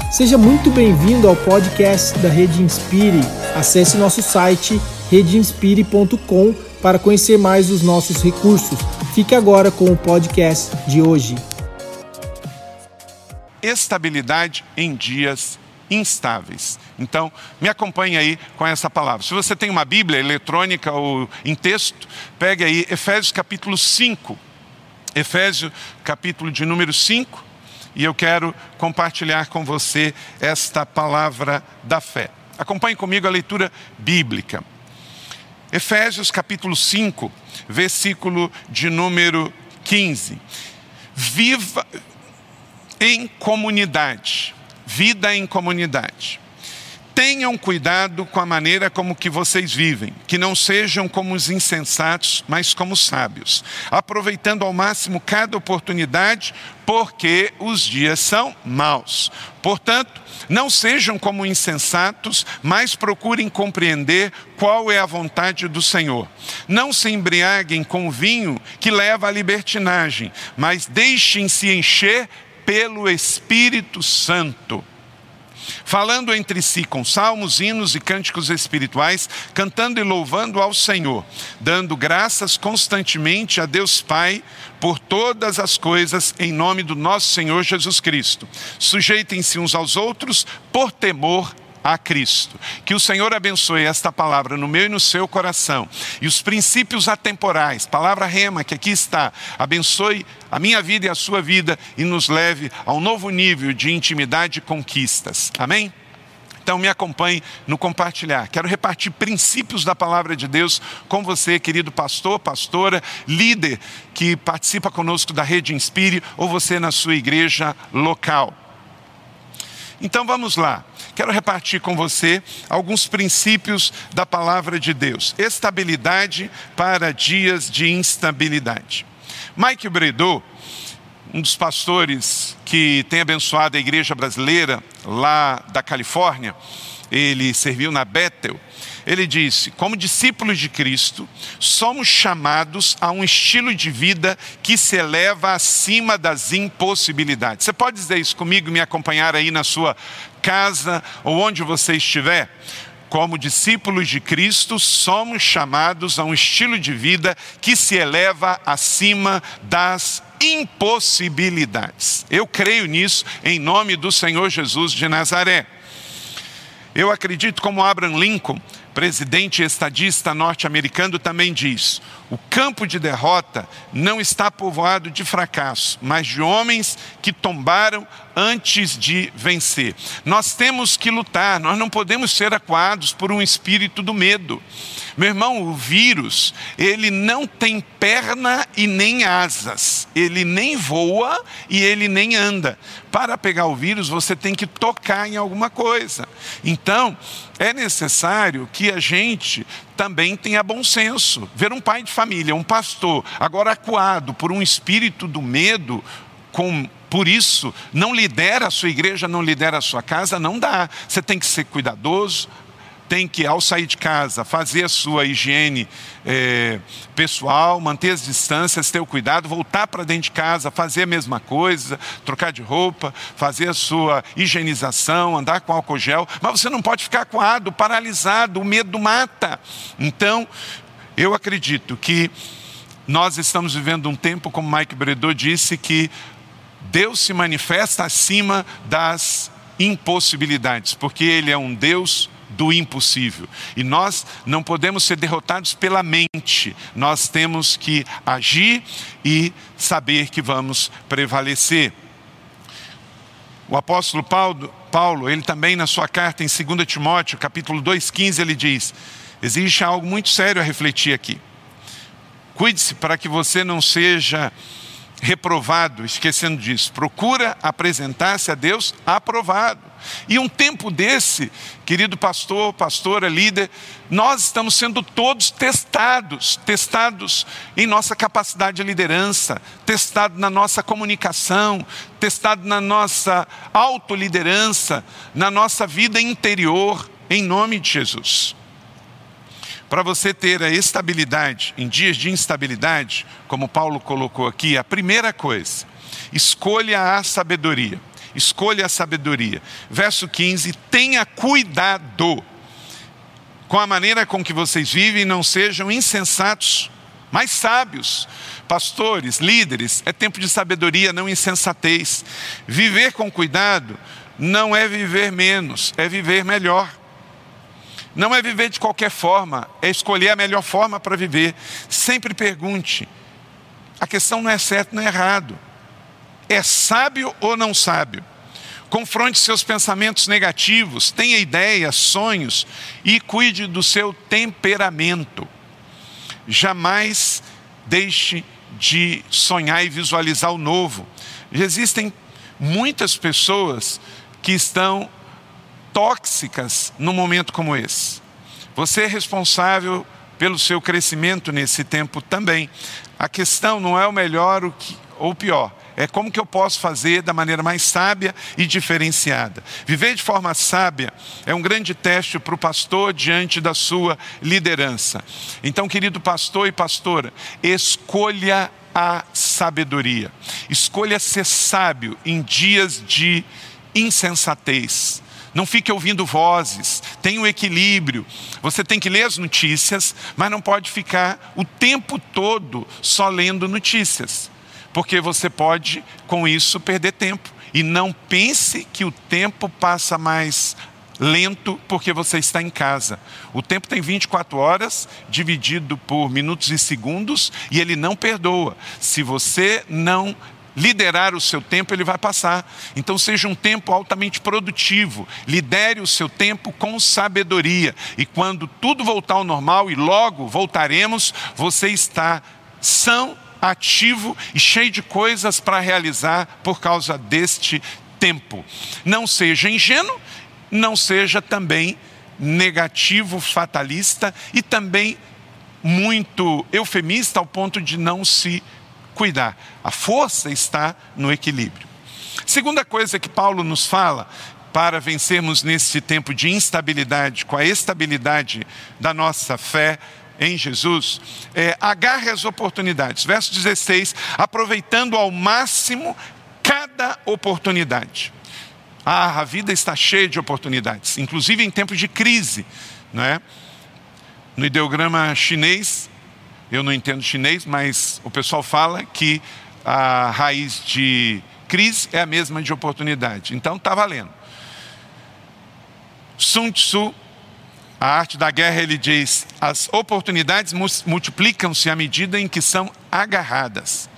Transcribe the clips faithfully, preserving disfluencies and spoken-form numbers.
Seja muito bem-vindo ao podcast da Rede Inspire. Acesse nosso site rede inspire ponto com para conhecer mais os nossos recursos. Fique agora com o podcast de hoje. Estabilidade em dias instáveis. Então, me acompanhe aí com essa palavra. Se você tem uma Bíblia eletrônica ou em texto, pegue aí Efésios capítulo cinco. Efésios capítulo de número cinco. E eu quero compartilhar com você esta palavra da fé. Acompanhe comigo a leitura bíblica. Efésios capítulo cinco, versículo de número quinze. Viva em comunidade. Vida em comunidade. Tenham cuidado com a maneira como que vocês vivem, que não sejam como os insensatos, mas como sábios, aproveitando ao máximo cada oportunidade, porque os dias são maus. Portanto, não sejam como insensatos, mas procurem compreender qual é a vontade do Senhor. Não se embriaguem com vinho que leva à libertinagem, mas deixem-se encher pelo Espírito Santo, falando entre si com salmos, hinos e cânticos espirituais, cantando e louvando ao Senhor, dando graças constantemente a Deus Pai por todas as coisas em nome do nosso Senhor Jesus Cristo. Sujeitem-se uns aos outros por temor a Cristo. Que o Senhor abençoe esta palavra no meu e no seu coração. E os princípios atemporais, palavra rema que aqui está, abençoe a minha vida e a sua vida e nos leve a um novo nível de intimidade e conquistas. Amém? Então me acompanhe no compartilhar. Quero repartir princípios da palavra de Deus com você, querido pastor, pastora, líder que participa conosco da Rede Inspire ou você na sua igreja local. Então vamos lá. Quero repartir com você alguns princípios da palavra de Deus. Estabilidade para dias de instabilidade. Mike Bredow, um dos pastores que tem abençoado a igreja brasileira lá da Califórnia, ele serviu na Bethel. Ele disse: como discípulos de Cristo, somos chamados a um estilo de vida que se eleva acima das impossibilidades. Você pode dizer isso comigo e me acompanhar aí na sua casa ou onde você estiver? Como discípulos de Cristo, somos chamados a um estilo de vida que se eleva acima das impossibilidades. Eu creio nisso em nome do Senhor Jesus de Nazaré. Eu acredito, como Abraham Lincoln, presidente e estadista norte-americano, também diz: o campo de derrota não está povoado de fracasso, mas de homens que tombaram antes de vencer. Nós temos que lutar, nós não podemos ser acuados por um espírito do medo. Meu irmão, o vírus, ele não tem perna e nem asas, ele nem voa e ele nem anda. Para pegar o vírus, você tem que tocar em alguma coisa. Então, é necessário que a gente também tenha bom senso. Ver um pai de família, um pastor, agora acuado por um espírito do medo, com, por isso, não lidera a sua igreja, não lidera a sua casa, não dá. Você tem que ser cuidadoso, tem que, ao sair de casa, fazer a sua higiene é, pessoal, manter as distâncias, ter o cuidado, voltar para dentro de casa, fazer a mesma coisa, trocar de roupa, fazer a sua higienização, andar com álcool gel, mas você não pode ficar acuado, paralisado, o medo mata. Então, eu acredito que nós estamos vivendo um tempo, como Mike Bredow disse, que Deus se manifesta acima das impossibilidades, porque Ele é um Deus do impossível. E nós não podemos ser derrotados pela mente. Nós temos que agir e saber que vamos prevalecer. O apóstolo Paulo, Paulo, ele também na sua carta em dois Timóteo, capítulo dois, quinze, ele diz: existe algo muito sério a refletir aqui. Cuide-se para que você não seja reprovado, esquecendo disso. Procura apresentar-se a Deus aprovado. E um tempo desse, querido pastor, pastora, líder, nós estamos sendo todos testados, testados em nossa capacidade de liderança, testado na nossa comunicação, testado na nossa autoliderança, na nossa vida interior, em nome de Jesus. Para você ter a estabilidade em dias de instabilidade, como Paulo colocou aqui, a primeira coisa, escolha a sabedoria. escolha a sabedoria. Verso quinze, tenha cuidado com a maneira com que vocês vivem, não sejam insensatos, mas sábios. Pastores, líderes, é tempo de sabedoria, não insensatez. Viver com cuidado não é viver menos, é viver melhor. Não é viver de qualquer forma, é escolher a melhor forma para viver. Sempre pergunte, a questão não é certo, não é errado. É sábio ou não sábio? Confronte seus pensamentos negativos, tenha ideias, sonhos e cuide do seu temperamento. Jamais deixe de sonhar e visualizar o novo. Existem muitas pessoas que estão tóxicas num momento como esse. Você é responsável pelo seu crescimento nesse tempo também. A questão não é o melhor ou o pior. É como que eu posso fazer da maneira mais sábia e diferenciada. Viver de forma sábia é um grande teste para o pastor diante da sua liderança. Então, querido pastor e pastora, escolha a sabedoria. Escolha ser sábio em dias de insensatez. Não fique ouvindo vozes, tenha um equilíbrio. Você tem que ler as notícias, mas não pode ficar o tempo todo só lendo notícias. Porque você pode, com isso, perder tempo. E não pense que o tempo passa mais lento porque você está em casa. O tempo tem vinte e quatro horas, dividido por minutos e segundos, e ele não perdoa. Se você não liderar o seu tempo, ele vai passar. Então seja um tempo altamente produtivo. Lidere o seu tempo com sabedoria. E quando tudo voltar ao normal, e logo voltaremos, você está são, ativo e cheio de coisas para realizar por causa deste tempo. Não seja ingênuo, não seja também negativo, fatalista e também muito eufemista ao ponto de não se cuidar. A força está no equilíbrio. Segunda coisa que Paulo nos fala para vencermos nesse tempo de instabilidade com a estabilidade da nossa fé em Jesus, é, agarre as oportunidades. Verso dezesseis, aproveitando ao máximo cada oportunidade. Ah, a vida está cheia de oportunidades, inclusive em tempos de crise, não é? No ideograma chinês, eu não entendo chinês, mas o pessoal fala que a raiz de crise é a mesma de oportunidade. Então está valendo. Sun Tzu, A Arte da Guerra, ele diz, as oportunidades multiplicam-se à medida em que são agarradas.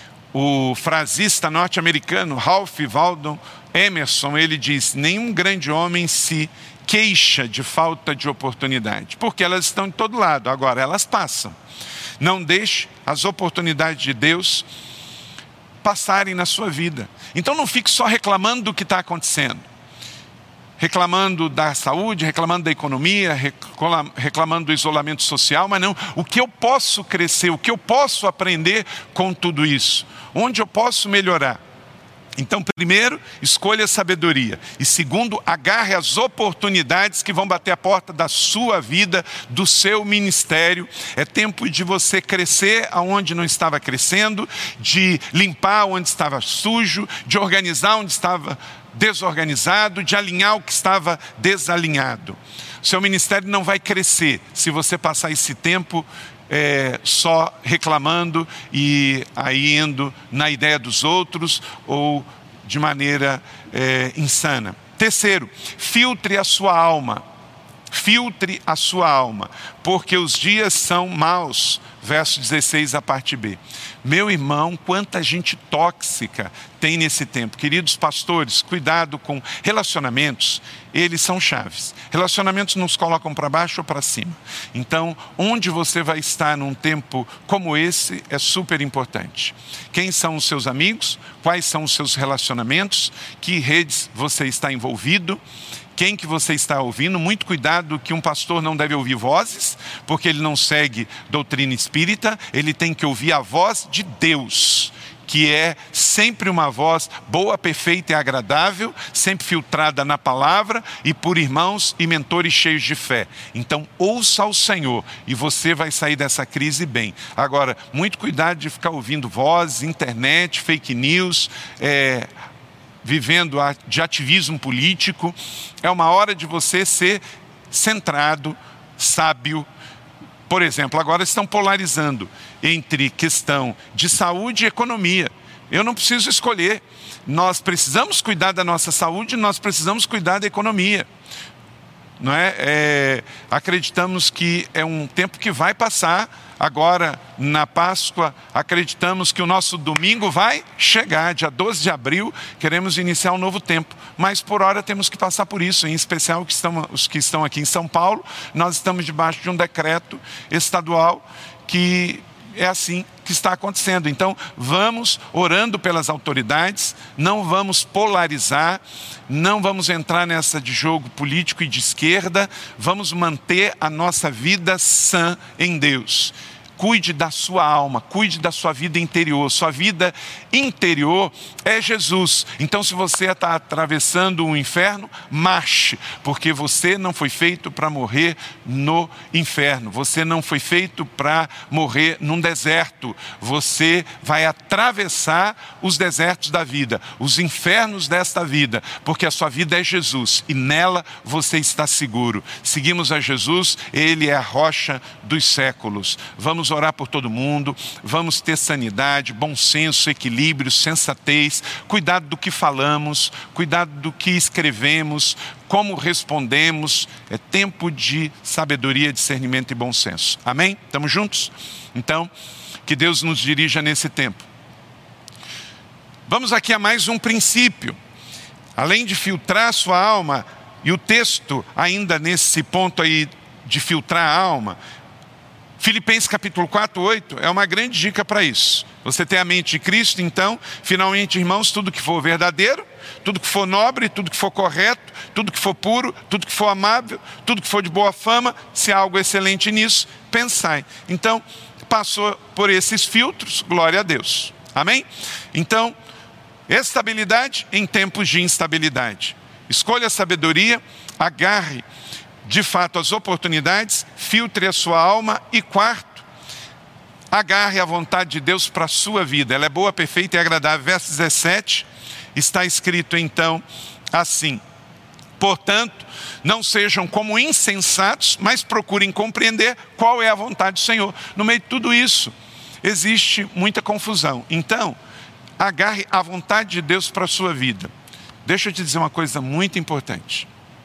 O frasista norte-americano Ralph Waldo Emerson, ele diz, nenhum grande homem se queixa de falta de oportunidade, porque elas estão de todo lado, agora elas passam. Não deixe as oportunidades de Deus passarem na sua vida. Então não fique só reclamando do que está acontecendo. Reclamando da saúde, reclamando da economia, reclamando do isolamento social, mas não, o que eu posso crescer, o que eu posso aprender com tudo isso? Onde eu posso melhorar? Então, primeiro, escolha a sabedoria. E segundo, agarre as oportunidades que vão bater a porta da sua vida, do seu ministério. É tempo de você crescer aonde não estava crescendo, de limpar onde estava sujo, de organizar onde estava desorganizado, de alinhar o que estava desalinhado. Seu ministério não vai crescer se você passar esse tempo É, só reclamando e aí indo na ideia dos outros ou de maneira é, insana. Terceiro, filtre a sua alma. Filtre a sua alma, porque os dias são maus. Verso dezesseis, a parte B. Meu irmão, quanta gente tóxica tem nesse tempo. Queridos pastores, cuidado com relacionamentos, eles são chaves. Relacionamentos nos colocam para baixo ou para cima. Então, onde você vai estar num tempo como esse é super importante. Quem são os seus amigos? Quais são os seus relacionamentos? Que redes você está envolvido? Quem que você está ouvindo? Muito cuidado que um pastor não deve ouvir vozes, porque ele não segue doutrina espírita, ele tem que ouvir a voz de Deus, que é sempre uma voz boa, perfeita e agradável, sempre filtrada na palavra e por irmãos e mentores cheios de fé. Então, ouça ao Senhor e você vai sair dessa crise bem. Agora, muito cuidado de ficar ouvindo vozes, internet, fake news, é... vivendo de ativismo político. É uma hora de você ser centrado, sábio. Por exemplo, agora estão polarizando entre questão de saúde e economia. Eu não preciso escolher. Nós precisamos cuidar da nossa saúde, nós precisamos cuidar da economia. Não é? É, acreditamos que é um tempo que vai passar. Agora, na Páscoa, acreditamos que o nosso domingo vai chegar, dia doze de abril, queremos iniciar um novo tempo. Mas, por hora, temos que passar por isso, em especial que estão, os que estão aqui em São Paulo. Nós estamos debaixo de um decreto estadual que é assim que está acontecendo. Então, vamos orando pelas autoridades, não vamos polarizar, não vamos entrar nessa de jogo político e de esquerda, vamos manter a nossa vida sã em Deus. Cuide da sua alma, cuide da sua vida interior. Sua vida interior é Jesus. Então, se você está atravessando um inferno, marche, porque você não foi feito para morrer no inferno. Você não foi feito para morrer num deserto. Você vai atravessar os desertos da vida, os infernos desta vida, porque a sua vida é Jesus e nela você está seguro. Seguimos a Jesus, Ele é a rocha dos séculos. Vamos orar por todo mundo, vamos ter sanidade, bom senso, equilíbrio, sensatez, cuidado do que falamos, cuidado do que escrevemos, como respondemos. É tempo de sabedoria, discernimento e bom senso. Amém? Estamos juntos? Então, que Deus nos dirija nesse tempo. Vamos aqui a mais um princípio. Além de filtrar a sua alma, e o texto ainda nesse ponto aí de filtrar a alma, Filipenses capítulo quatro, oito, é uma grande dica para isso. Você tem a mente de Cristo, então, finalmente, irmãos, tudo que for verdadeiro, tudo que for nobre, tudo que for correto, tudo que for puro, tudo que for amável, tudo que for de boa fama, se há algo excelente nisso, pensai. Então, passou por esses filtros, glória a Deus. Amém? Então, estabilidade em tempos de instabilidade. Escolha a sabedoria, agarre de fato as oportunidades, filtre a sua alma e quarto, agarre a vontade de Deus para a sua vida. Ela é boa, perfeita e agradável. Verso dezessete, está escrito então assim: portanto, não sejam como insensatos, mas procurem compreender qual é a vontade do Senhor. No meio de tudo isso, existe muita confusão. Então, agarre a vontade de Deus para a sua vida. Deixa eu te dizer uma coisa muito importante.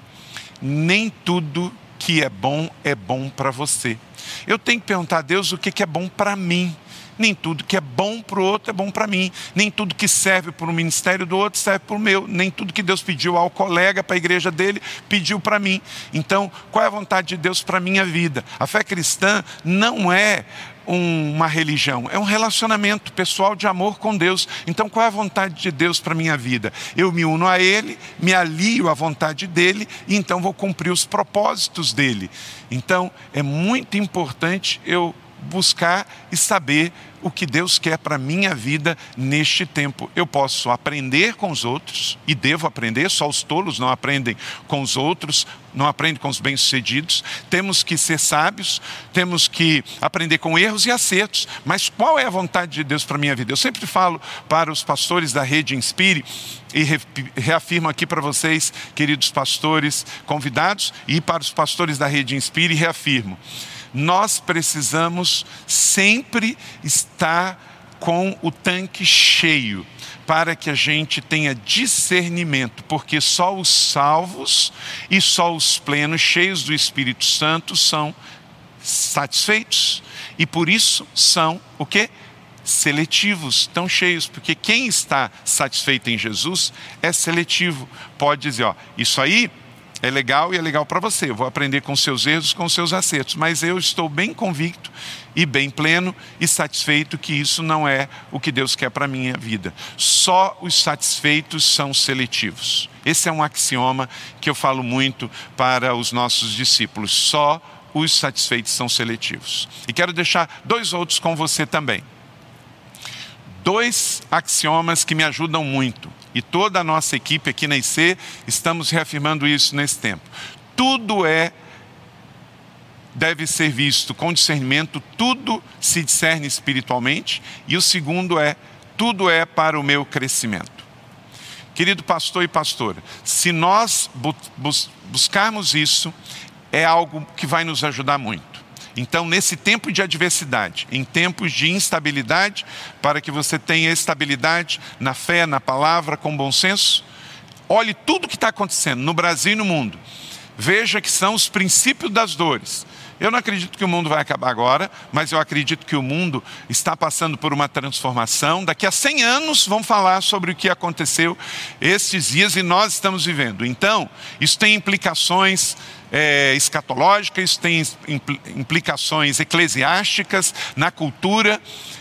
Nem tudo que é bom é bom para você. Eu tenho que perguntar a Deus o que é bom para mim. Nem tudo que é bom para o outro é bom para mim. Nem tudo que serve para o ministério do outro serve para o meu. Nem tudo que Deus pediu ao colega, para a igreja dele, pediu para mim. Então, qual é a vontade de Deus para a minha vida? A fé cristã não é uma religião, é um relacionamento pessoal de amor com Deus. Então, qual é a vontade de Deus para a minha vida? Eu me uno a Ele, me alio à vontade dEle e então vou cumprir os propósitos dEle. Então, é muito importante eu buscar e saber o que Deus quer para a minha vida neste tempo. Eu posso aprender com os outros, e devo aprender, só os tolos não aprendem com os outros, não aprendem com os bem-sucedidos. Temos que ser sábios, temos que aprender com erros e acertos. Mas qual é a vontade de Deus para a minha vida? Eu sempre falo para os pastores da Rede Inspire, e reafirmo aqui para vocês, queridos pastores convidados, e para os pastores da Rede Inspire, reafirmo: nós precisamos sempre estar com o tanque cheio, para que a gente tenha discernimento, porque só os salvos e só os plenos, cheios do Espírito Santo, são satisfeitos. E por isso são o quê? Seletivos, tão cheios, porque quem está satisfeito em Jesus é seletivo. Pode dizer, ó, isso aí é legal e é legal para você, eu vou aprender com seus erros, com seus acertos, mas eu estou bem convicto e bem pleno e satisfeito que isso não é o que Deus quer para a minha vida. Só os satisfeitos são seletivos. Esse é um axioma que eu falo muito para os nossos discípulos. Só os satisfeitos são seletivos. E quero deixar dois outros com você também. Dois axiomas que me ajudam muito. E toda a nossa equipe aqui na I C, estamos reafirmando isso nesse tempo. Tudo é, deve ser visto com discernimento, tudo se discerne espiritualmente. E o segundo é, tudo é para o meu crescimento. querido pastor e pastora, se nós bu- bus- buscarmos isso, é algo que vai nos ajudar muito. Então, nesse tempo de adversidade, em tempos de instabilidade, para que você tenha estabilidade na fé, na palavra, com bom senso, olhe tudo o que está acontecendo no Brasil e no mundo. Veja que são os princípios das dores. Eu não acredito que o mundo vai acabar agora, mas eu acredito que o mundo está passando por uma transformação. Daqui a cem anos vão falar sobre o que aconteceu estes dias e nós estamos vivendo. Então, isso tem implicações é, escatológicas, isso tem implicações eclesiásticas, na cultura,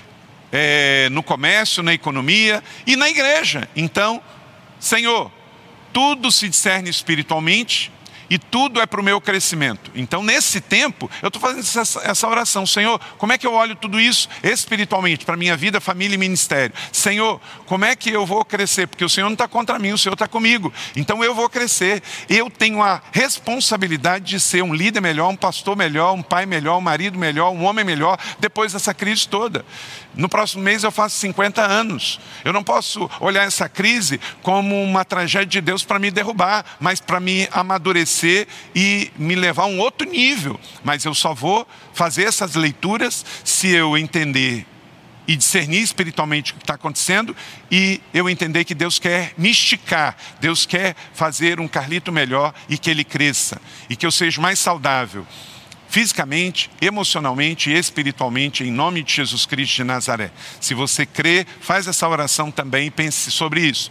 é, no comércio, na economia e na igreja. Então, Senhor, tudo se discerne espiritualmente, e tudo é para o meu crescimento. Então, nesse tempo, eu estou fazendo essa, essa oração. Senhor, como é que eu olho tudo isso espiritualmente, para a minha vida, família e ministério? Senhor, como é que eu vou crescer? Porque o Senhor não está contra mim, o Senhor está comigo. Então, eu vou crescer. Eu tenho a responsabilidade de ser um líder melhor, um pastor melhor, um pai melhor, um marido melhor, um homem melhor, depois dessa crise toda. No próximo mês eu faço cinquenta anos. Eu não posso olhar essa crise como uma tragédia de Deus para me derrubar, mas para me amadurecer e me levar a um outro nível. Mas eu só vou fazer essas leituras se eu entender e discernir espiritualmente o que está acontecendo e eu entender que Deus quer me esticar, Deus quer fazer um Carlito melhor e que ele cresça e que eu seja mais saudável fisicamente, emocionalmente e espiritualmente, em nome de Jesus Cristo de Nazaré. Se você crê, faz essa oração também e pense sobre isso.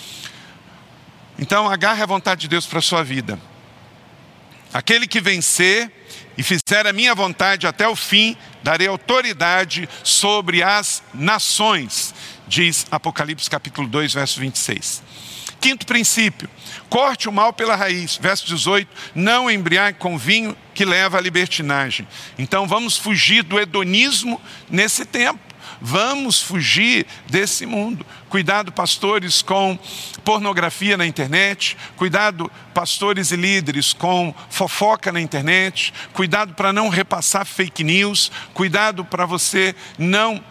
Então, agarre a vontade de Deus para a sua vida. Aquele que vencer e fizer a minha vontade até o fim, darei autoridade sobre as nações, diz Apocalipse capítulo dois, verso vinte e seis. Quinto princípio, corte o mal pela raiz, verso dezoito, não embriague com vinho que leva à libertinagem. Então vamos fugir do hedonismo nesse tempo, vamos fugir desse mundo. Cuidado, pastores, com pornografia na internet, cuidado, pastores e líderes, com fofoca na internet, cuidado para não repassar fake news, cuidado para você não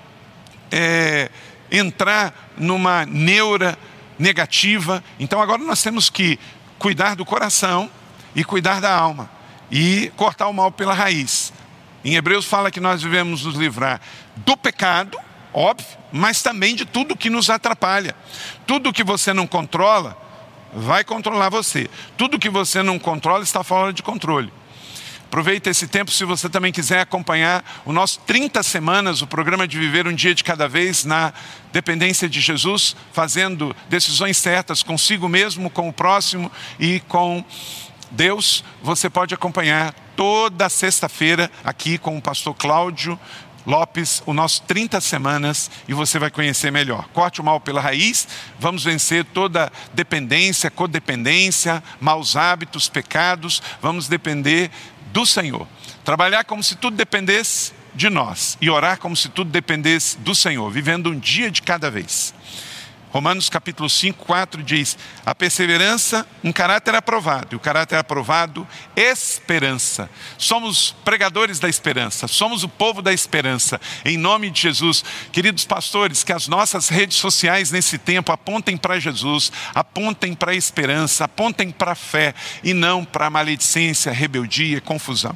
é, entrar numa neura negativa. Então agora nós temos que cuidar do coração e cuidar da alma e cortar o mal pela raiz. Em Hebreus fala que nós devemos nos livrar do pecado, óbvio, mas também de tudo que nos atrapalha. Tudo que você não controla vai controlar você. Tudo que você não controla está fora de controle. Aproveita esse tempo se você também quiser acompanhar o nosso trinta semanas, o programa de viver um dia de cada vez na dependência de Jesus, fazendo decisões certas consigo mesmo, com o próximo e com Deus. Você pode acompanhar toda sexta-feira aqui com o pastor Cláudio Lopes, o nosso trinta semanas, e você vai conhecer melhor. Corte o mal pela raiz, vamos vencer toda dependência, codependência, maus hábitos, pecados, vamos depender do Senhor. Trabalhar como se tudo dependesse de nós e orar como se tudo dependesse do Senhor, vivendo um dia de cada vez. Romanos capítulo cinco, quatro diz, a perseverança, um caráter aprovado, e o caráter aprovado, esperança. Somos pregadores da esperança, somos o povo da esperança, em nome de Jesus. Queridos pastores, que as nossas redes sociais nesse tempo apontem para Jesus, apontem para a esperança, apontem para a fé, e não para a maledicência, rebeldia e confusão.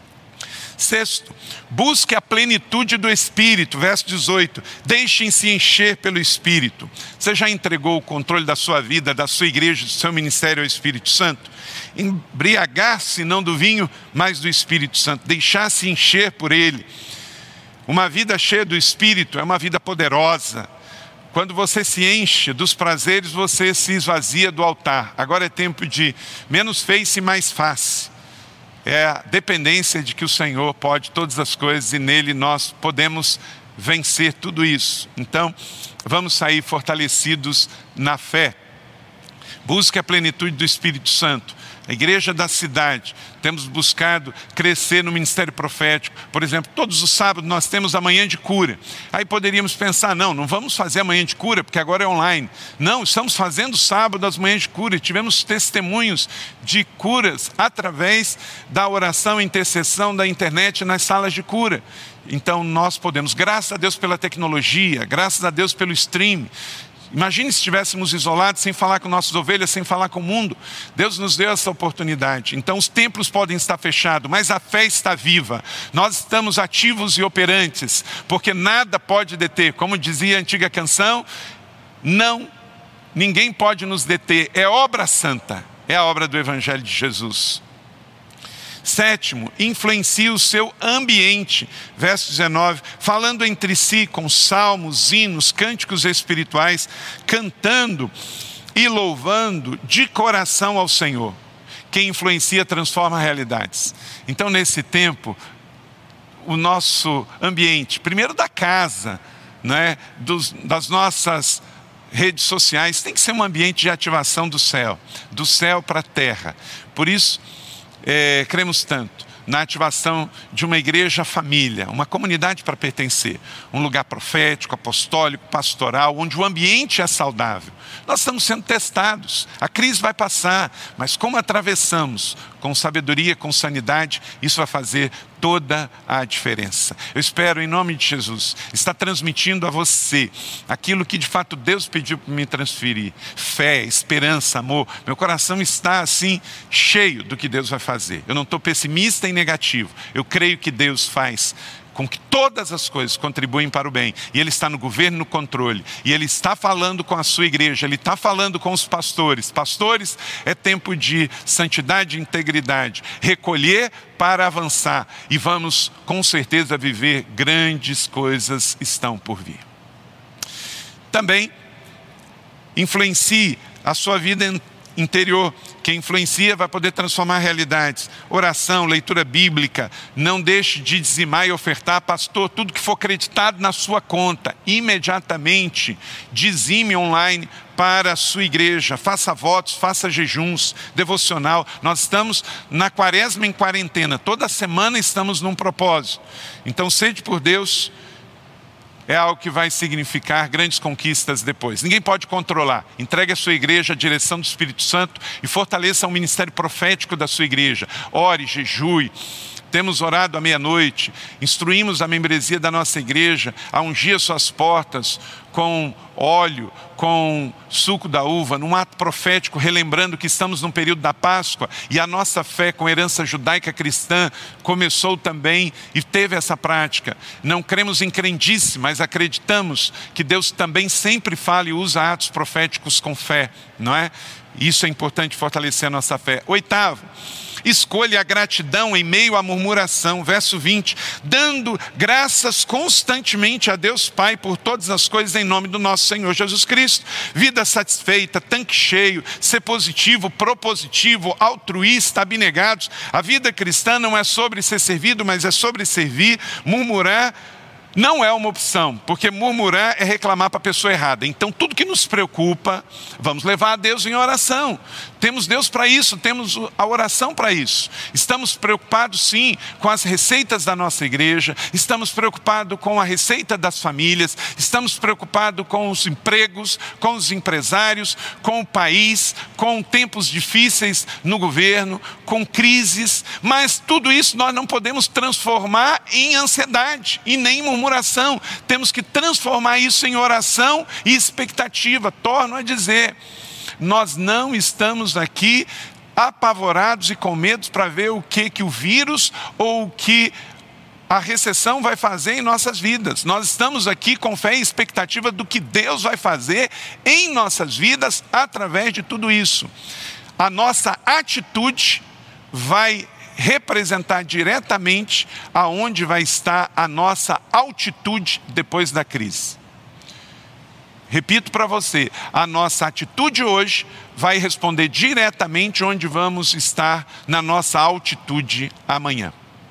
Sexto, busque a plenitude do Espírito, verso dezoito, deixem-se encher pelo Espírito. Você já entregou o controle da sua vida, da sua igreja, do seu ministério ao Espírito Santo? Embriagar-se não do vinho, mas do Espírito Santo, deixar-se encher por Ele. Uma vida cheia do Espírito é uma vida poderosa. Quando você se enche dos prazeres, você se esvazia do altar. Agora é tempo de menos face e mais face. É a dependência de que o Senhor pode todas as coisas e nele nós podemos vencer tudo isso. Então, vamos sair fortalecidos na fé. Busque a plenitude do Espírito Santo. A igreja da cidade, temos buscado crescer no ministério profético. Por exemplo, todos os sábados nós temos a manhã de cura. Aí poderíamos pensar, não, não vamos fazer a manhã de cura, porque agora é online. Não, estamos fazendo sábado as manhãs de cura. E tivemos testemunhos de curas através da oração e intercessão da internet nas salas de cura. Então nós podemos, graças a Deus pela tecnologia, graças a Deus pelo stream, Imagine se estivéssemos isolados, sem falar com nossas ovelhas, sem falar com o mundo. Deus nos deu essa oportunidade. Então os templos podem estar fechados, mas a fé está viva. Nós estamos ativos e operantes, porque nada pode deter. Como dizia a antiga canção, não, ninguém pode nos deter. É obra santa, é a obra do Evangelho de Jesus. Sétimo, influencia o seu ambiente. Verso dezenove, falando entre si com salmos, hinos, cânticos espirituais, cantando e louvando de coração ao Senhor. Quem influencia transforma realidades. Então, nesse tempo, o nosso ambiente, primeiro da casa, né, dos, das nossas redes sociais, tem que ser um ambiente de ativação do céu, do céu para a terra. Por isso, É, cremos tanto na ativação de uma igreja família, uma comunidade para pertencer, um lugar profético, apostólico, pastoral, onde o ambiente é saudável. Nós estamos sendo testados, a crise vai passar, mas como atravessamos com sabedoria, com sanidade, isso vai fazer toda a diferença. Eu espero, em nome de Jesus, estar transmitindo a você aquilo que de fato Deus pediu para me transferir: fé, esperança, amor. Meu coração está assim cheio do que Deus vai fazer. Eu não estou pessimista e negativo. Eu creio que Deus faz com que todas as coisas contribuem para o bem. E Ele está no governo, no controle. E Ele está falando com a sua igreja. Ele está falando com os pastores. Pastores, é tempo de santidade e integridade. Recolher para avançar. E vamos, com certeza, viver grandes coisas estão por vir. Também, influencie a sua vida interior. Quem influencia vai poder transformar realidades. Oração, leitura bíblica. Não deixe de dizimar e ofertar. Pastor, tudo que for acreditado na sua conta, imediatamente dizime online para a sua igreja. Faça votos, faça jejuns, devocional. Nós estamos na quaresma em quarentena. Toda semana estamos num propósito. Então, sede por Deus é algo que vai significar grandes conquistas depois. Ninguém pode controlar. Entregue a sua igreja a direção do Espírito Santo e fortaleça o ministério profético da sua igreja. Ore, jejue. Temos orado à meia-noite, instruímos a membresia da nossa igreja a ungir suas portas com óleo, com suco da uva, num ato profético, relembrando que estamos num período da Páscoa e a nossa fé com herança judaica cristã começou também e teve essa prática. Não cremos em crendice, mas acreditamos que Deus também sempre fala e usa atos proféticos com fé, não é? Isso é importante, fortalecer a nossa fé. Oitavo, escolha a gratidão em meio à murmuração. Verso vinte, dando graças constantemente a Deus Pai por todas as coisas em nome do nosso Senhor Jesus Cristo. Vida satisfeita, tanque cheio, ser positivo, propositivo, altruísta, abnegados. A vida cristã não é sobre ser servido, mas é sobre servir. Murmurar não é uma opção, porque murmurar é reclamar para a pessoa errada. Então tudo que nos preocupa, vamos levar a Deus em oração. Temos Deus para isso, temos a oração para isso. Estamos preocupados sim com as receitas da nossa igreja, estamos preocupados com a receita das famílias, estamos preocupados com os empregos, com os empresários, com o país, com tempos difíceis no governo, com crises, mas tudo isso nós não podemos transformar em ansiedade e nem em murmuração. Temos que transformar isso em oração e expectativa. Torno a dizer, nós não estamos aqui apavorados e com medo para ver o que, que o vírus ou o que a recessão vai fazer em nossas vidas. Nós estamos aqui com fé e expectativa do que Deus vai fazer em nossas vidas através de tudo isso. A nossa atitude vai representar diretamente aonde vai estar a nossa altitude depois da crise. Repito para você, a nossa atitude hoje vai responder diretamente onde vamos estar na nossa altitude amanhã.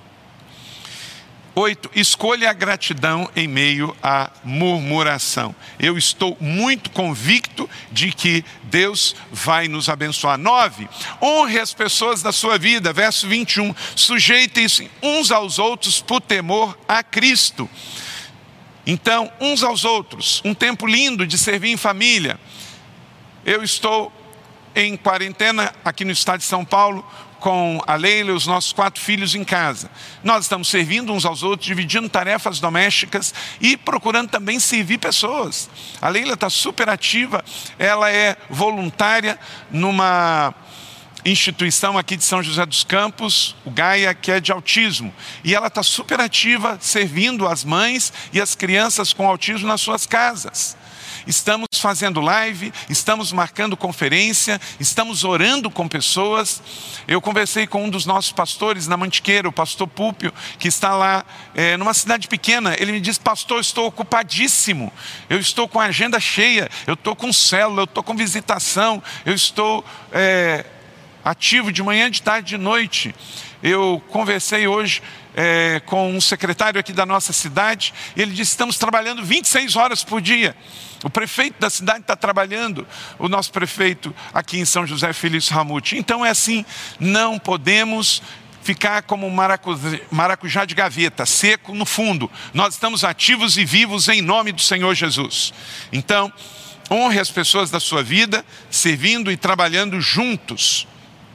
Oito, escolha a gratidão em meio à murmuração. Eu estou muito convicto de que Deus vai nos abençoar. Nove, honre as pessoas da sua vida. Verso vinte e um, sujeitem-se uns aos outros por temor a Cristo. Então, uns aos outros, um tempo lindo de servir em família. Eu estou em quarentena aqui no estado de São Paulo, com a Leila e os nossos quatro filhos em casa. Nós estamos servindo uns aos outros, dividindo tarefas domésticas e procurando também servir pessoas. A Leila está super ativa, ela é voluntária numa instituição aqui de São José dos Campos, o Gaia, que é de autismo. E ela está super ativa, servindo as mães e as crianças com autismo nas suas casas. Estamos fazendo live, estamos marcando conferência, estamos orando com pessoas. Eu conversei com um dos nossos pastores na Mantiqueira, o pastor Púlpio, que está lá é, numa cidade pequena. Ele me disse: pastor, estou ocupadíssimo, eu estou com a agenda cheia, eu estou com célula, eu estou com visitação, eu estou é, ativo de manhã, de tarde, de noite. Eu conversei hoje é, com um secretário aqui da nossa cidade, e ele disse: estamos trabalhando vinte e seis horas por dia. O prefeito da cidade está trabalhando, o nosso prefeito aqui em São José, Felício Ramute. Então é assim, não podemos ficar como um maracujá, maracujá de gaveta, seco no fundo. Nós estamos ativos e vivos em nome do Senhor Jesus. Então, honre as pessoas da sua vida, servindo e trabalhando juntos.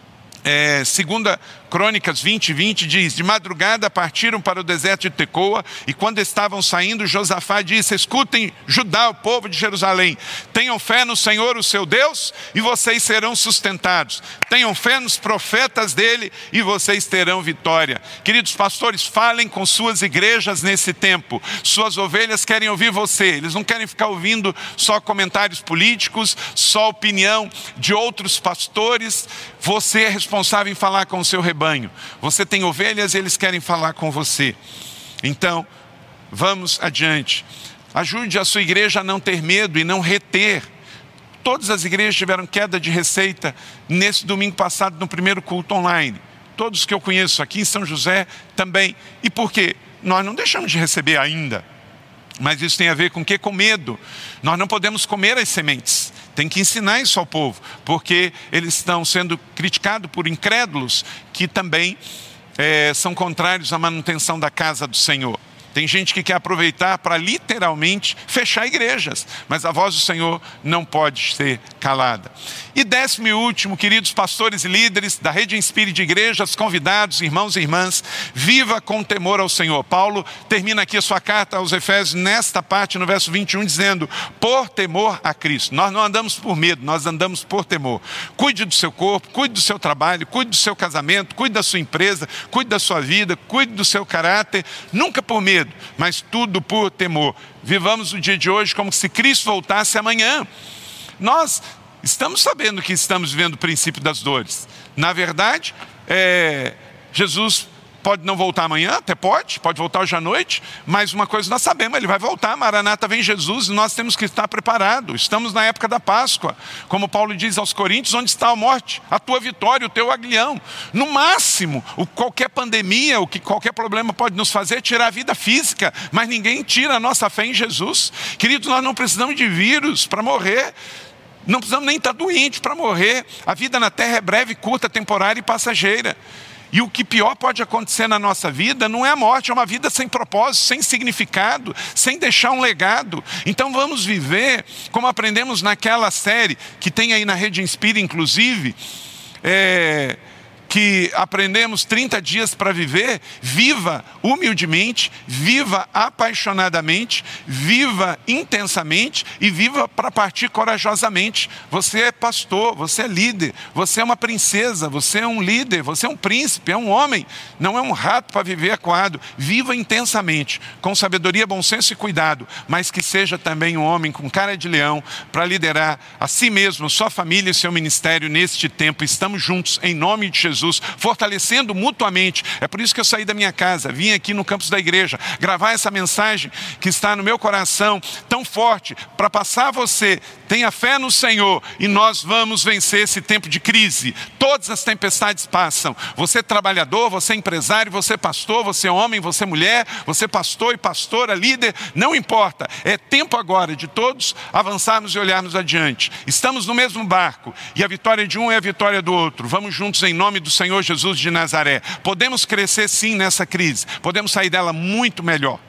É, segunda Crônicas vinte, vinte diz: de madrugada partiram para o deserto de Tecoa, e quando estavam saindo, Josafá disse: escutem, Judá, o povo de Jerusalém, tenham fé no Senhor, o seu Deus, e vocês serão sustentados. Tenham fé nos profetas dele, e vocês terão vitória. Queridos pastores, falem com suas igrejas nesse tempo. Suas ovelhas querem ouvir você, eles não querem ficar ouvindo só comentários políticos, só opinião de outros pastores. Você é responsável em falar com o seu rebanho. Você tem ovelhas e eles querem falar com você. Então, vamos adiante. Ajude a sua igreja a não ter medo e não reter. Todas as igrejas tiveram queda de receita nesse domingo passado, no primeiro culto online. Todos que eu conheço aqui em São José também. E por quê? Nós não deixamos de receber ainda. Mas isso tem a ver com o quê? Com medo. Nós não podemos comer as sementes. Tem que ensinar isso ao povo, porque eles estão sendo criticados por incrédulos que também é, são contrários à manutenção da casa do Senhor. Tem gente que quer aproveitar para literalmente fechar igrejas, mas a voz do Senhor não pode ser calada. E décimo e último, queridos pastores e líderes da Rede Inspire de igrejas, convidados, irmãos e irmãs, viva com temor ao Senhor. Paulo termina aqui a sua carta aos Efésios nesta parte, no verso vinte e um, dizendo: por temor a Cristo. Nós não andamos por medo, nós andamos por temor. Cuide do seu corpo, cuide do seu trabalho, cuide do seu casamento, cuide da sua empresa, cuide da sua vida, cuide do seu caráter, nunca por medo, mas tudo por temor. Vivamos o dia de hoje como se Cristo voltasse amanhã. Nós estamos sabendo que estamos vivendo o princípio das dores. Na verdade, é, Jesus pode não voltar amanhã, até pode, pode voltar hoje à noite, mas uma coisa nós sabemos, ele vai voltar. Maranata, vem Jesus, e nós temos que estar preparados. Estamos na época da Páscoa, como Paulo diz aos Coríntios: onde está a morte? A tua vitória, o teu aguilhão. No máximo, o, qualquer pandemia, o que qualquer problema pode nos fazer é tirar a vida física, mas ninguém tira a nossa fé em Jesus. Queridos, nós não precisamos de vírus para morrer. Não precisamos nem estar doentes para morrer. A vida na terra é breve, curta, temporária e passageira. E o que pior pode acontecer na nossa vida não é a morte, é uma vida sem propósito, sem significado, sem deixar um legado. Então vamos viver como aprendemos naquela série, que tem aí na Rede Inspire, inclusive, é, que aprendemos trinta dias para viver. Viva humildemente, viva apaixonadamente, viva intensamente e viva para partir corajosamente. Você é pastor, você é líder, você é uma princesa, você é um líder, você é um príncipe, é um homem, não é um rato para viver acuado. Viva intensamente, com sabedoria, bom senso e cuidado, mas que seja também um homem com cara de leão para liderar a si mesmo, sua família e seu ministério neste tempo. Estamos juntos em nome de Jesus, fortalecendo mutuamente. É por isso que eu saí da minha casa, vim aqui no campus da igreja, gravar essa mensagem que está no meu coração, tão forte, para passar a você: tenha fé no Senhor e nós vamos vencer esse tempo de crise. Todas as tempestades passam. Você é trabalhador, você é empresário, você é pastor, você é homem, você é mulher, você é pastor e pastora, líder, não importa. É tempo agora de todos avançarmos e olharmos adiante. Estamos no mesmo barco e a vitória de um é a vitória do outro. Vamos juntos em nome do Senhor Jesus de Nazaré. Podemos crescer sim nessa crise, podemos sair dela muito melhor.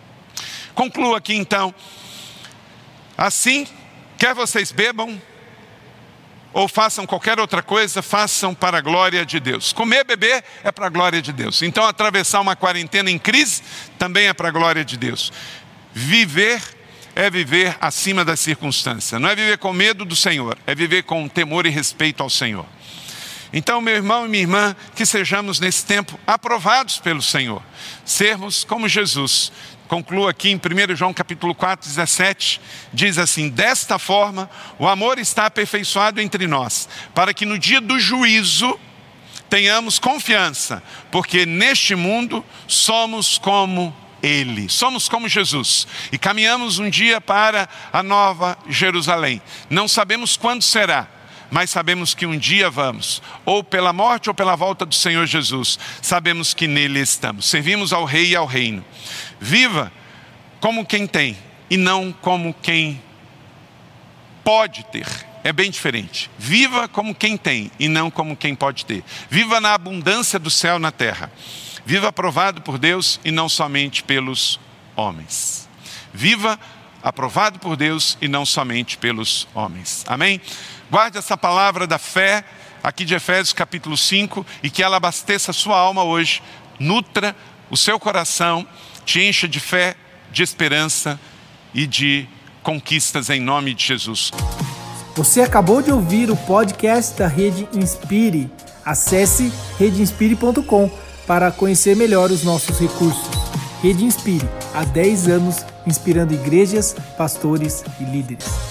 Concluo aqui então. Assim, quer vocês bebam, ou façam qualquer outra coisa, façam para a glória de Deus. Comer, beber é para a glória de Deus. Então atravessar uma quarentena em crise também é para a glória de Deus. Viver é viver acima das circunstâncias. Não é viver com medo do Senhor, é viver com temor e respeito ao Senhor. Então, meu irmão e minha irmã, que sejamos nesse tempo aprovados pelo Senhor. Sermos como Jesus. Concluo aqui em primeiro João capítulo quatro, dezessete, diz assim: desta forma o amor está aperfeiçoado entre nós, para que no dia do juízo tenhamos confiança, porque neste mundo somos como Ele, somos como Jesus, e caminhamos um dia para a nova Jerusalém. Não sabemos quando será, mas sabemos que um dia vamos, ou pela morte ou pela volta do Senhor Jesus, sabemos que nele estamos. Servimos ao Rei e ao Reino. Viva como quem tem e não como quem pode ter. É bem diferente. Viva como quem tem e não como quem pode ter. Viva na abundância do céu na terra. Viva aprovado por Deus e não somente pelos homens. Viva aprovado por Deus e não somente pelos homens. Amém? Guarde essa palavra da fé aqui de Efésios capítulo cinco e que ela abasteça a sua alma hoje, nutra o seu coração, te encha de fé, de esperança e de conquistas em nome de Jesus. Você acabou de ouvir o podcast da Rede Inspire. Acesse rede inspire ponto com para conhecer melhor os nossos recursos. Rede Inspire, há dez anos inspirando igrejas, pastores e líderes.